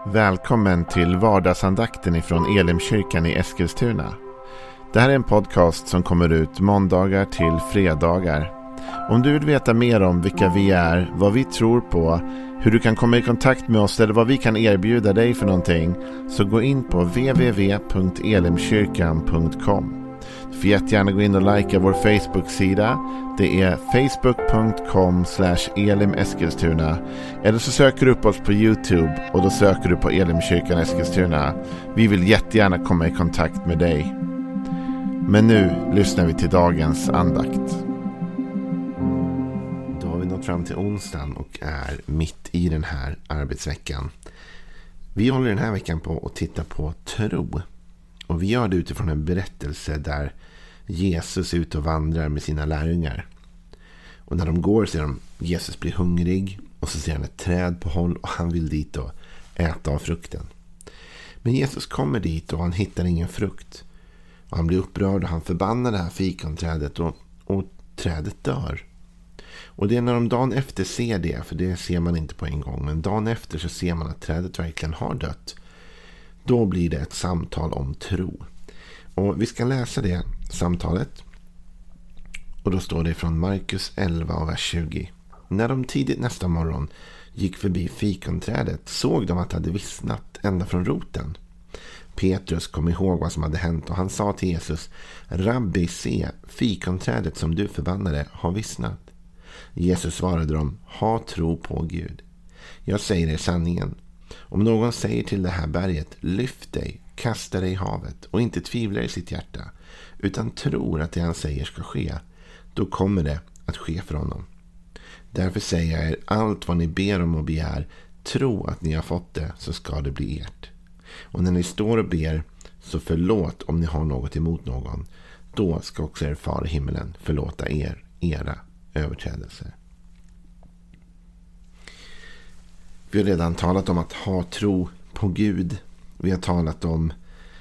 Välkommen till vardagsandakten ifrån Elimkyrkan i Eskilstuna. Det här är en podcast som kommer ut måndagar till fredagar. Om du vill veta mer om vilka vi är, vad vi tror på, hur du kan komma i kontakt med oss eller vad vi kan erbjuda dig för någonting, så gå in på www.elimkyrkan.com. Du får jättegärna gå in och likea vår Facebook-sida. Det är facebook.com/elimeskilstuna. Eller så söker du upp oss på YouTube och då söker du på Elimkyrkan Eskilstuna. Vi vill jättegärna komma i kontakt med dig. Men nu lyssnar vi till dagens andakt. Då har vi nått fram till onsdagen och är mitt i den här arbetsveckan. Vi håller den här veckan på att titta på tro. Och vi gör det utifrån en berättelse där Jesus är ute och vandrar med sina lärjungar. Och när de går ser de Jesus bli hungrig och så ser han ett träd på håll och han vill dit och äta av frukten. Men Jesus kommer dit och han hittar ingen frukt. Och han blir upprörd och han förbannar det här fikonträdet och trädet dör. Och det är när de dagen efter ser det, för det ser man inte på en gång, men dagen efter så ser man att trädet verkligen har dött. Då blir det ett samtal om tro. Och vi ska läsa det samtalet. Och då står det från Markus 11 och vers 20. När de tidigt nästa morgon gick förbi fikonträdet såg de att det hade vissnat ända från roten. Petrus kom ihåg vad som hade hänt och han sa till Jesus: Rabbi, se, fikonträdet som du förbannade har vissnat. Jesus svarade dem: ha tro på Gud. Jag säger er sanningen. Om någon säger till det här berget: lyft dig, kasta dig i havet, och inte tvivlar i sitt hjärta, utan tror att det han säger ska ske, då kommer det att ske för honom. Därför säger jag er, allt vad ni ber om och begär, tro att ni har fått det, så ska det bli ert. Och när ni står och ber, så förlåt om ni har något emot någon. Då ska också er far i himmelen förlåta er era överträdelser. Vi har redan talat om att ha tro på Gud. Vi har talat om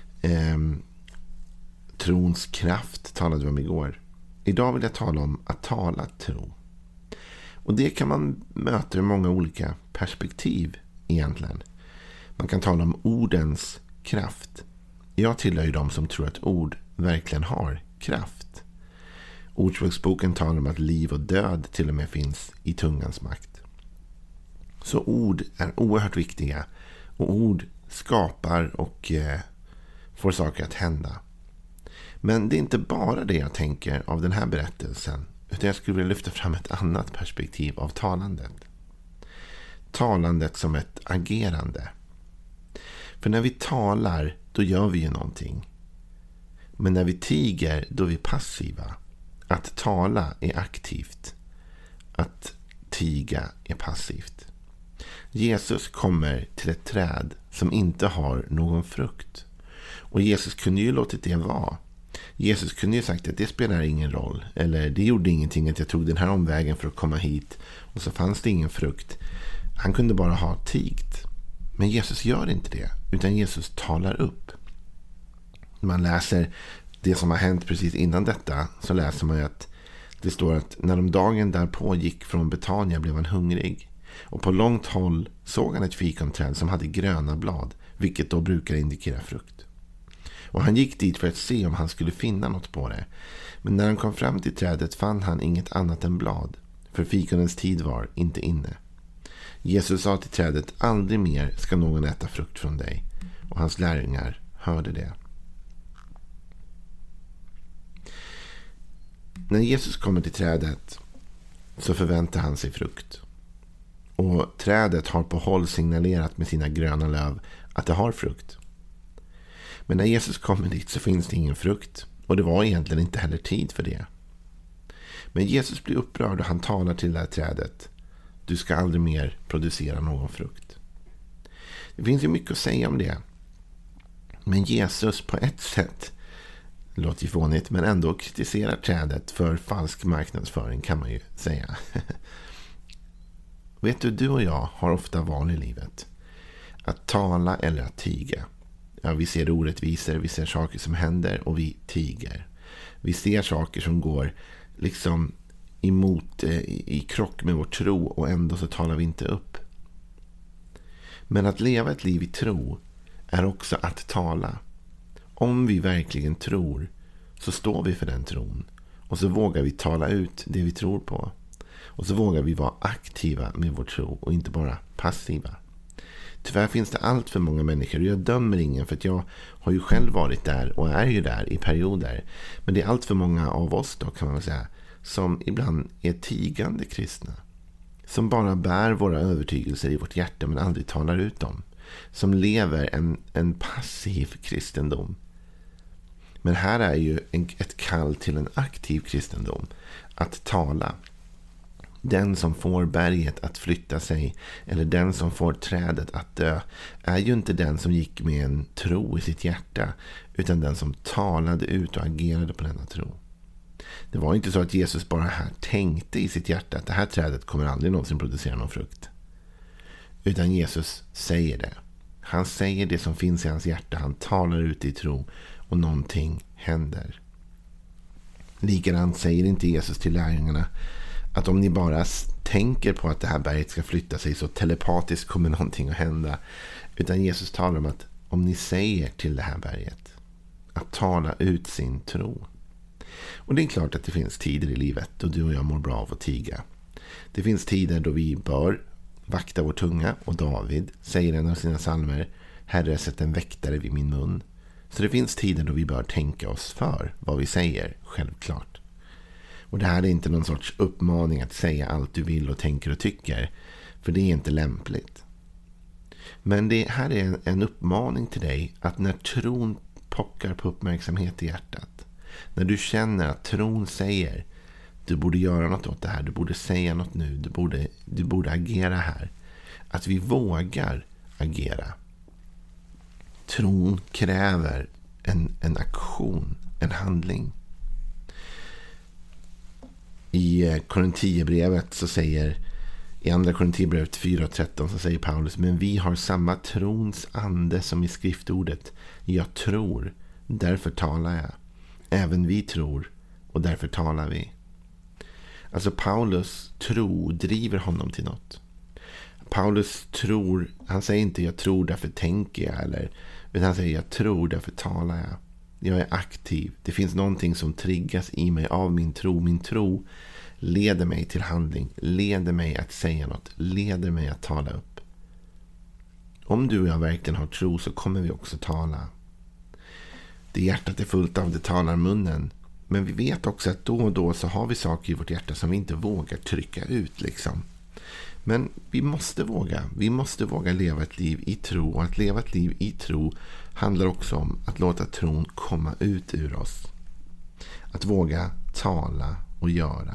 trons kraft, talade vi om igår. Idag vill jag tala om att tala tro. Och det kan man möta i många olika perspektiv egentligen. Man kan tala om ordens kraft. Jag tillhör ju de som tror att ord verkligen har kraft. Ordspråksboken talar om att liv och död till och med finns i tungans makt. Så ord är oerhört viktiga, och ord skapar och får saker att hända. Men det är inte bara det jag tänker av den här berättelsen, utan jag skulle vilja lyfta fram ett annat perspektiv av talandet. Talandet som ett agerande. För när vi talar, då gör vi ju någonting. Men när vi tiger, då är vi passiva. Att tala är aktivt. Att tiga är passivt. Jesus kommer till ett träd som inte har någon frukt. Och Jesus kunde ju låtit det vara. Jesus kunde ju sagt att det spelar ingen roll. Eller det gjorde ingenting att jag tog den här omvägen för att komma hit. Och så fanns det ingen frukt. Han kunde bara ha tigt. Men Jesus gör inte det. Utan Jesus talar upp. När man läser det som har hänt precis innan detta, så läser man ju att det står att när de dagen därpå gick från Betania blev han hungrig. Och på långt håll såg han ett fikonträd som hade gröna blad, vilket då brukar indikera frukt. Och han gick dit för att se om han skulle finna något på det. Men när han kom fram till trädet fann han inget annat än blad, för fikonens tid var inte inne. Jesus sa till trädet: aldrig mer ska någon äta frukt från dig. Och hans lärjungar hörde det. När Jesus kommer till trädet så förväntar han sig frukt. Och trädet har på håll signalerat med sina gröna löv att det har frukt. Men när Jesus kommer dit så finns det ingen frukt. Och det var egentligen inte heller tid för det. Men Jesus blir upprörd och han talar till det här trädet: du ska aldrig mer producera någon frukt. Det finns ju mycket att säga om det. Men Jesus på ett sätt, det låter ju fånigt, men ändå kritiserar trädet för falsk marknadsföring, kan man ju säga. Vet du och jag har ofta val i livet. Att tala eller att tiga. Ja, vi ser orättvisor, vi ser saker som händer och vi tiger. Vi ser saker som går liksom i krock med vår tro och ändå så talar vi inte upp. Men att leva ett liv i tro är också att tala. Om vi verkligen tror så står vi för den tron. Och så vågar vi tala ut det vi tror på. Och så vågar vi vara aktiva med vår tro och inte bara passiva. Tyvärr finns det allt för många människor, och jag dömer ingen för att jag har ju själv varit där och är ju där i perioder. Men det är allt för många av oss då, kan man väl säga, som ibland är tigande kristna. Som bara bär våra övertygelser i vårt hjärta men aldrig talar ut dem. Som lever en passiv kristendom. Men här är ju ett kall till en aktiv kristendom. Att tala. Den som får berget att flytta sig, eller den som får trädet att dö, är ju inte den som gick med en tro i sitt hjärta, utan den som talade ut och agerade på denna tro. Det var inte så att Jesus bara här tänkte i sitt hjärta att det här trädet kommer aldrig någonsin producera någon frukt. Utan Jesus säger det. Han säger det som finns i hans hjärta. Han talar ut i tro och någonting händer. Likadant säger inte Jesus till lärjungarna att om ni bara tänker på att det här berget ska flytta sig så telepatiskt kommer någonting att hända. Utan Jesus talar om att om ni säger till det här berget att tala ut sin tro. Och det är klart att det finns tider i livet då du och jag mår bra av att tiga. Det finns tider då vi bör vakta vår tunga, och David säger en av sina psalmer: Herre, sätt en väktare vid min mun. Så det finns tider då vi bör tänka oss för vad vi säger, självklart. Och det här är inte någon sorts uppmaning att säga allt du vill och tänker och tycker, för det är inte lämpligt. Men det här är en uppmaning till dig att när tron pockar på uppmärksamhet i hjärtat, när du känner att tron säger du borde göra något åt det här, du borde säga något nu, du borde agera här, att vi vågar agera. Tron kräver en aktion, en handling. I Korintierbrevet så säger, i andra Korintierbrevet 4:13 så säger Paulus: men vi har samma trons ande som i skriftordet. Jag tror, därför talar jag. Även vi tror, och därför talar vi. Alltså Paulus tro driver honom till något. Paulus tror, han säger inte jag tror därför tänker jag, utan han säger jag tror därför talar jag. Jag är aktiv. Det finns någonting som triggas i mig av min tro. Min tro leder mig till handling, leder mig att säga något, leder mig att tala upp. Om du och jag verkligen har tro så kommer vi också tala. Det hjärtat är fullt av, det talar munnen. Men vi vet också att då och då så har vi saker i vårt hjärta som vi inte vågar trycka ut liksom. Men vi måste våga leva ett liv i tro. Och att leva ett liv i tro handlar också om att låta tron komma ut ur oss. Att våga tala och göra.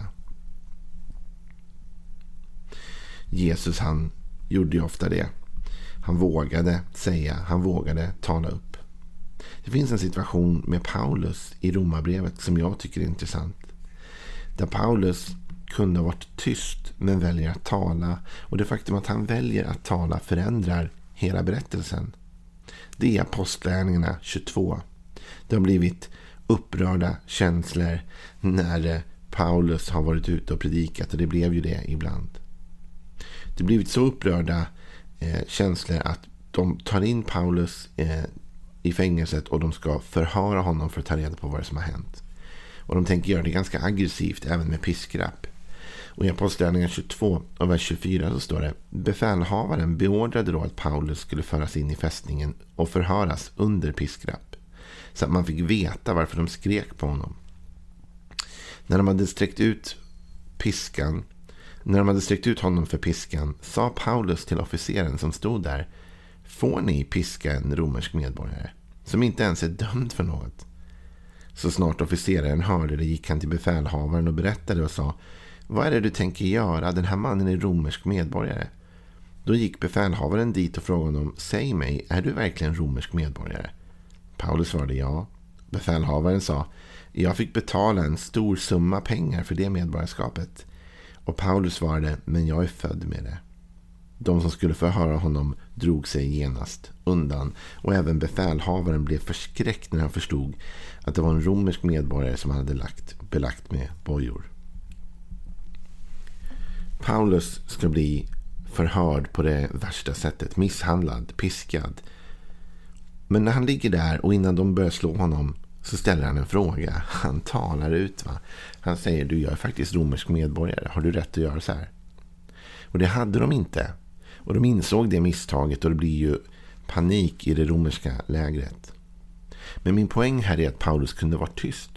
Jesus, han gjorde ju ofta det. Han vågade säga, han vågade tala upp. Det finns en situation med Paulus i Romarbrevet som jag tycker är intressant. Där Paulus kunde ha varit tyst men väljer att tala. Och det faktum att han väljer att tala förändrar hela berättelsen. Det är Apostlagärningarna 22. Det har blivit upprörda känslor när Paulus har varit ute och predikat. Och det blev ju det ibland. Det har blivit så upprörda känslor att de tar in Paulus i fängelset och de ska förhöra honom för att ta reda på vad som har hänt. Och de tänker göra det ganska aggressivt, även med piskrapp. Och i Apostlagärningarna 22 och vers 24 så står det: befälhavaren beordrade då att Paulus skulle föras in i fästningen och förhöras under piskrapp, så att man fick veta varför de skrek på honom. När de hade sträckt ut honom för piskan, sa Paulus till officeren som stod där: får ni piska en romersk medborgare som inte ens är dömd för något? Så snart officeren hörde det gick han till befälhavaren och berättade och sa: vad är det du tänker göra? Den här mannen är romersk medborgare. Då gick befälhavaren dit och frågade honom: säg mig, är du verkligen romersk medborgare? Paulus svarade ja. Befälhavaren sa: jag fick betala en stor summa pengar för det medborgarskapet. Och Paulus svarade: men jag är född med det. De som skulle förhöra honom drog sig genast undan, och även befälhavaren blev förskräckt när han förstod att det var en romersk medborgare som hade belagt med bojor. Paulus ska bli förhörd på det värsta sättet. Misshandlad, piskad. Men när han ligger där och innan de börjar slå honom så ställer han en fråga. Han talar ut, va. Han säger, du, jag är faktiskt romersk medborgare. Har du rätt att göra så här? Och det hade de inte. Och de insåg det misstaget och det blir ju panik i det romerska lägret. Men min poäng här är att Paulus kunde vara tyst.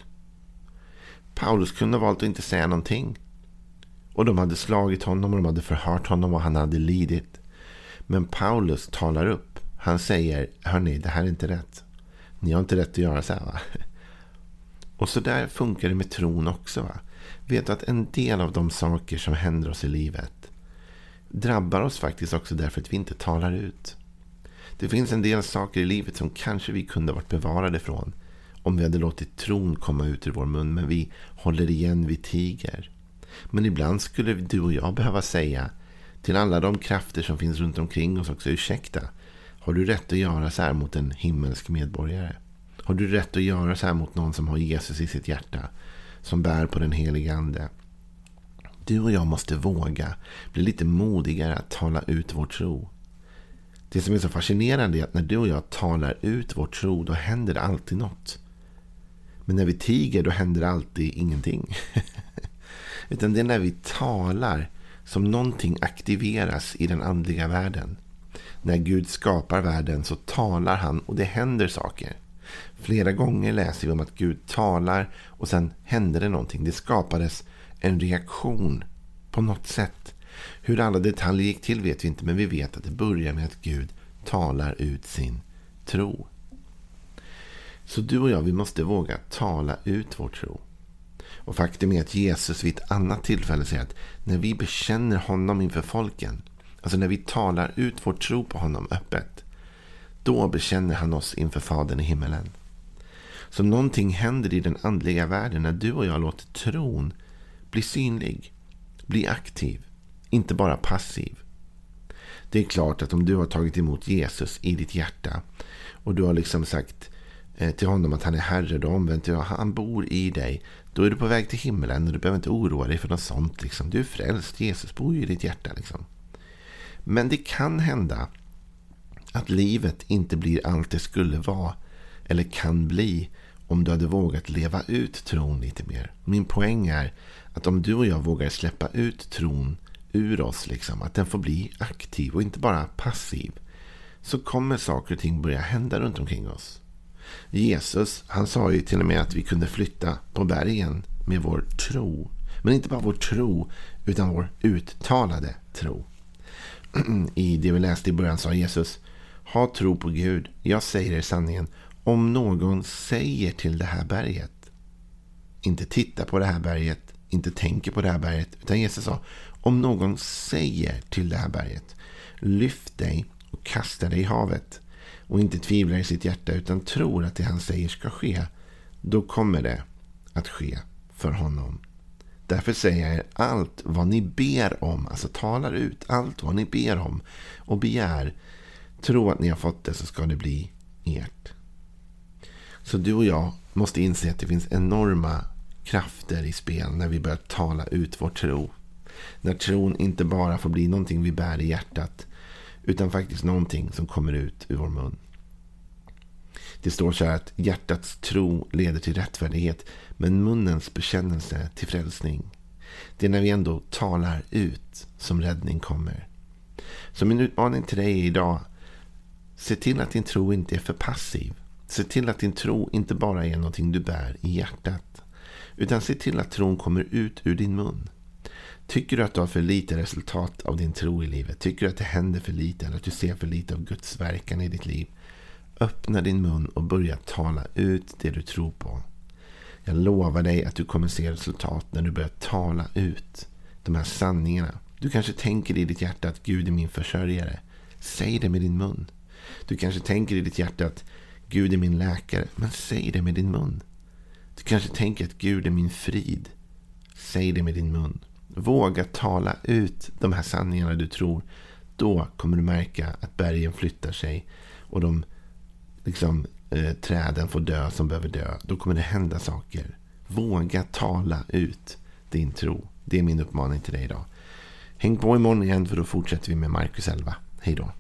Paulus kunde ha valt att inte säga någonting. Och de hade slagit honom och de hade förhört honom och han hade lidit. Men Paulus talar upp. Han säger, hörni, det här är inte rätt. Ni har inte rätt att göra så här, va? Och så där funkar det med tron också, va? Vet att en del av de saker som händer oss i livet drabbar oss faktiskt också därför att vi inte talar ut. Det finns en del saker i livet som kanske vi kunde ha varit bevarade från om vi hade låtit tron komma ut ur vår mun, men vi håller igen, vi tiger. Men ibland skulle du och jag behöva säga till alla de krafter som finns runt omkring oss också, ursäkta, har du rätt att göra så här mot en himmelsk medborgare? Har du rätt att göra så här mot någon som har Jesus i sitt hjärta, som bär på den heliga ande? Du och jag måste våga bli lite modigare att tala ut vår tro. Det som är så fascinerande är att när du och jag talar ut vår tro, då händer det alltid något. Men när vi tiger, då händer det alltid ingenting. Utan det är när vi talar som någonting aktiveras i den andliga världen. När Gud skapar världen så talar han och det händer saker. Flera gånger läser vi om att Gud talar och sen händer det någonting. Det skapades en reaktion på något sätt. Hur alla detaljer gick till vet vi inte, men vi vet att det börjar med att Gud talar ut sin tro. Så du och jag, vi måste våga tala ut vår tro. Och faktum är att Jesus vid ett annat tillfälle säger att när vi bekänner honom inför folken, alltså när vi talar ut vår tro på honom öppet, då bekänner han oss inför Fadern i himmelen. Så någonting händer i den andliga världen när du och jag låter tron bli synlig, bli aktiv, inte bara passiv. Det är klart att om du har tagit emot Jesus i ditt hjärta och du har liksom sagt till honom att han är Herre, då omvänt dig och han bor i dig, då är du på väg till himmelen och du behöver inte oroa dig för något sånt. Liksom. Du är frälst, Jesus bor ju i ditt hjärta. Liksom. Men det kan hända att livet inte blir allt det skulle vara eller kan bli om du hade vågat leva ut tron lite mer. Min poäng är att om du och jag vågar släppa ut tron ur oss, liksom, att den får bli aktiv och inte bara passiv, så kommer saker och ting börja hända runt omkring oss. Jesus, han sa ju till och med att vi kunde flytta på bergen med vår tro. Men inte bara vår tro, utan vår uttalade tro. I det vi läste i början sa Jesus, ha tro på Gud. Jag säger er sanningen. Om någon säger till det här berget, inte titta på det här berget, inte tänker på det här berget, utan Jesus sa, om någon säger till det här berget, lyft dig och kasta dig i havet, och inte tvivlar i sitt hjärta utan tror att det han säger ska ske, då kommer det att ske för honom. Därför säger jag er, allt vad ni ber om, alltså talar ut, allt vad ni ber om och begär, tro att ni har fått det, så ska det bli ert. Så du och jag måste inse att det finns enorma krafter i spel när vi börjar tala ut vår tro. När tron inte bara får bli någonting vi bär i hjärtat, utan faktiskt någonting som kommer ut ur vår mun. Det står så här att hjärtats tro leder till rättfärdighet, men munnens bekännelse till frälsning. Det är när vi ändå talar ut som räddning kommer. Så min utmaning till dig är idag, se till att din tro inte är för passiv. Se till att din tro inte bara är någonting du bär i hjärtat, utan se till att tron kommer ut ur din mun. Tycker du att du har för lite resultat av din tro i livet? Tycker du att det händer för lite eller att du ser för lite av Guds verkan i ditt liv? Öppna din mun och börja tala ut det du tror på. Jag lovar dig att du kommer se resultat när du börjar tala ut de här sanningarna. Du kanske tänker i ditt hjärta att Gud är min försörjare. Säg det med din mun. Du kanske tänker i ditt hjärta att Gud är min läkare. Men säg det med din mun. Du kanske tänker att Gud är min frid. Säg det med din mun. Våga tala ut de här sanningarna du tror. Då kommer du märka att bergen flyttar sig och de träden får dö som behöver dö. Då kommer det hända saker. Våga tala ut din tro. Det är min uppmaning till dig idag. Häng på imorgon igen, för då fortsätter vi med Markus 11. Hej då.